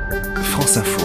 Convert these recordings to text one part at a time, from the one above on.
France Info.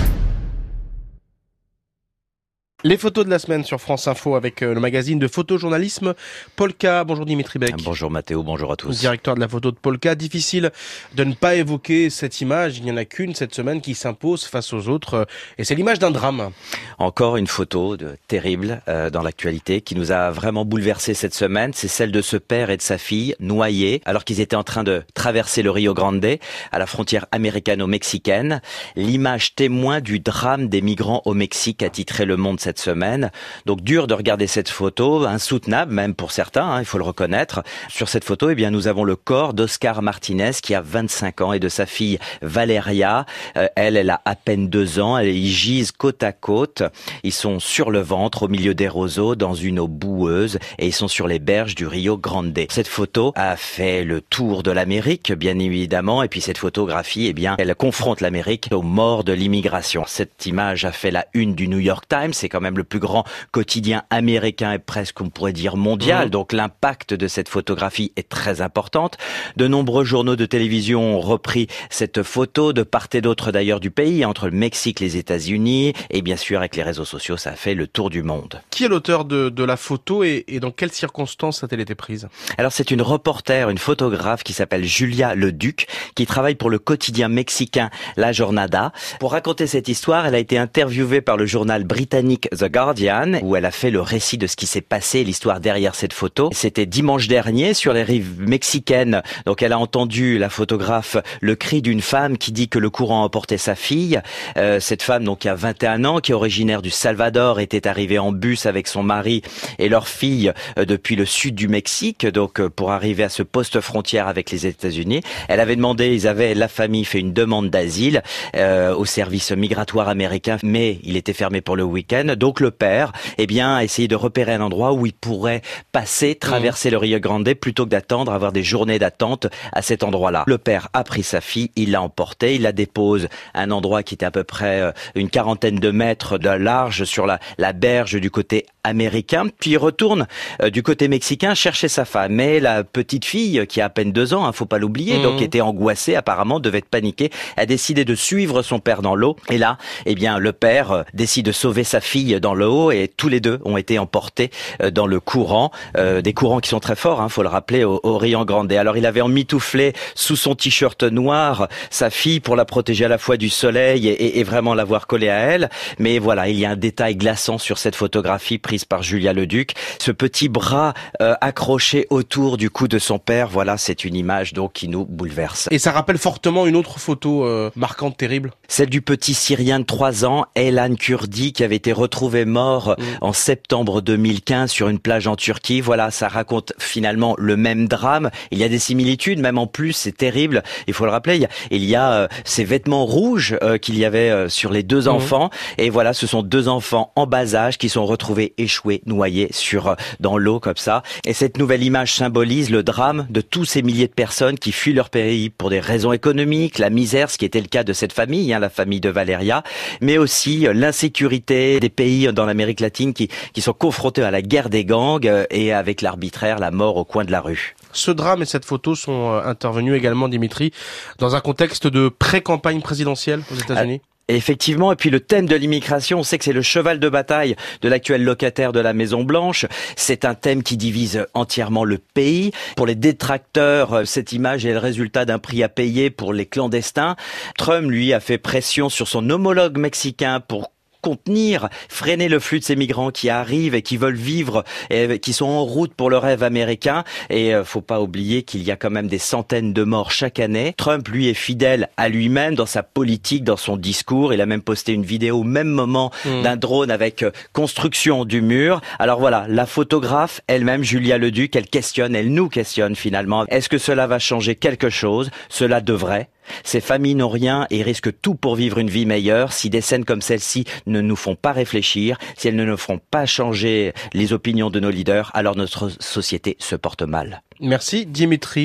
Les photos de la semaine sur France Info avec le magazine de photojournalisme Polka. Bonjour Dimitri Beck. Bonjour Mathéo, bonjour à tous. Directeur de la photo de Polka. Difficile de ne pas évoquer cette image. Il n'y en a qu'une cette semaine qui s'impose face aux autres. Et c'est l'image d'un drame. Encore une photo terrible dans l'actualité qui nous a vraiment bouleversé cette semaine. C'est celle de ce père et de sa fille noyés alors qu'ils étaient en train de traverser le Rio Grande à la frontière américano-mexicaine. L'image témoin du drame des migrants au Mexique a titré Le Monde cette semaine. Donc dur de regarder cette photo, insoutenable même pour certains, il faut le reconnaître. Sur cette photo, nous avons le corps d'Oscar Martinez qui a 25 ans et de sa fille Valeria. Elle a à peine 2 ans. Ils gisent côte à côte. Ils sont sur le ventre au milieu des roseaux dans une eau boueuse et ils sont sur les berges du Rio Grande. Cette photo a fait le tour de l'Amérique, bien évidemment. Et puis cette photographie, elle confronte l'Amérique aux morts de l'immigration. Cette image a fait la une du New York Times. C'est quand même le plus grand quotidien américain et presque, on pourrait dire, mondial. Donc l'impact de cette photographie est très importante. De nombreux journaux de télévision ont repris cette photo de part et d'autre d'ailleurs du pays, entre le Mexique, les États-Unis et bien sûr avec les réseaux sociaux, ça a fait le tour du monde. Qui est l'auteur de la photo et dans quelles circonstances a-t-elle été prise? Alors c'est une reporter, une photographe qui s'appelle Julia Leduc, qui travaille pour le quotidien mexicain La Jornada. Pour raconter cette histoire, elle a été interviewée par le journal britannique The Guardian, où elle a fait le récit de ce qui s'est passé, l'histoire derrière cette photo. C'était dimanche dernier sur les rives mexicaines. Donc elle a entendu, la photographe, le cri d'une femme qui dit que le courant a emporté sa fille. Cette femme, donc, qui a 21 ans, qui est originaire du Salvador, était arrivée en bus avec son mari et leur fille depuis le sud du Mexique, donc pour arriver à ce poste frontière avec les États-Unis. Elle avait demandé, la famille fait une demande d'asile au service migratoire américain, mais il était fermé pour le week-end. Donc le père, a essayé de repérer un endroit où il pourrait traverser le Rio Grande plutôt que d'attendre, avoir des journées d'attente à cet endroit-là. Le père a pris sa fille, il l'a emportée, il la dépose à un endroit qui était à peu près une quarantaine de mètres de large sur la berge du côté américain, puis il retourne du côté mexicain chercher sa femme. Mais la petite fille, qui a à peine 2 ans, faut pas l'oublier, donc était angoissée, apparemment devait être paniquée, a décidé de suivre son père dans l'eau. Et là, le père décide de sauver sa fille dans l'eau et tous les deux ont été emportés dans le courant, des courants qui sont très forts, faut le rappeler, au Rio Grande. Alors il avait emmitouflé sous son t-shirt noir sa fille pour la protéger à la fois du soleil et vraiment l'avoir collée à elle. Mais voilà, il y a un détail glaçant sur cette photographie prise par Julia Leduc. Ce petit bras accroché autour du cou de son père, voilà, c'est une image donc qui nous bouleverse. Et ça rappelle fortement une autre photo marquante, terrible. Celle du petit Syrien de 3 ans, Aylan Kurdi, qui avait été retrouvé mort en septembre 2015 sur une plage en Turquie. Voilà, ça raconte finalement le même drame. Il y a des similitudes, même en plus, c'est terrible. Il faut le rappeler, il y a ces vêtements rouges qu'il y avait sur les 2 enfants. Et voilà, ce sont 2 enfants en bas âge qui sont retrouvés échoués, noyés dans l'eau comme ça. Et cette nouvelle image symbolise le drame de tous ces milliers de personnes qui fuient leur pays pour des raisons économiques, la misère, ce qui était le cas de cette famille, la famille de Valeria, mais aussi l'insécurité des pays dans l'Amérique latine qui sont confrontés à la guerre des gangs et avec l'arbitraire, la mort au coin de la rue. Ce drame et cette photo sont intervenus également, Dimitri, dans un contexte de pré-campagne présidentielle aux États-Unis. Effectivement, et puis le thème de l'immigration, on sait que c'est le cheval de bataille de l'actuel locataire de la Maison Blanche. C'est un thème qui divise entièrement le pays. Pour les détracteurs, cette image est le résultat d'un prix à payer pour les clandestins. Trump, lui, a fait pression sur son homologue mexicain pour contenir, freiner le flux de ces migrants qui arrivent et qui veulent vivre et qui sont en route pour le rêve américain. Et faut pas oublier qu'il y a quand même des centaines de morts chaque année. Trump, lui, est fidèle à lui-même dans sa politique, dans son discours. Il a même posté une vidéo au même moment d'un drone avec construction du mur. Alors voilà, la photographe elle-même, Julia Leduc, elle nous questionne finalement. Est-ce que cela va changer quelque chose? Cela devrait. Ces familles n'ont rien et risquent tout pour vivre une vie meilleure. Si des scènes comme celle-ci ne nous font pas réfléchir, si elles ne nous font pas changer les opinions de nos leaders, alors notre société se porte mal. Merci Dimitri.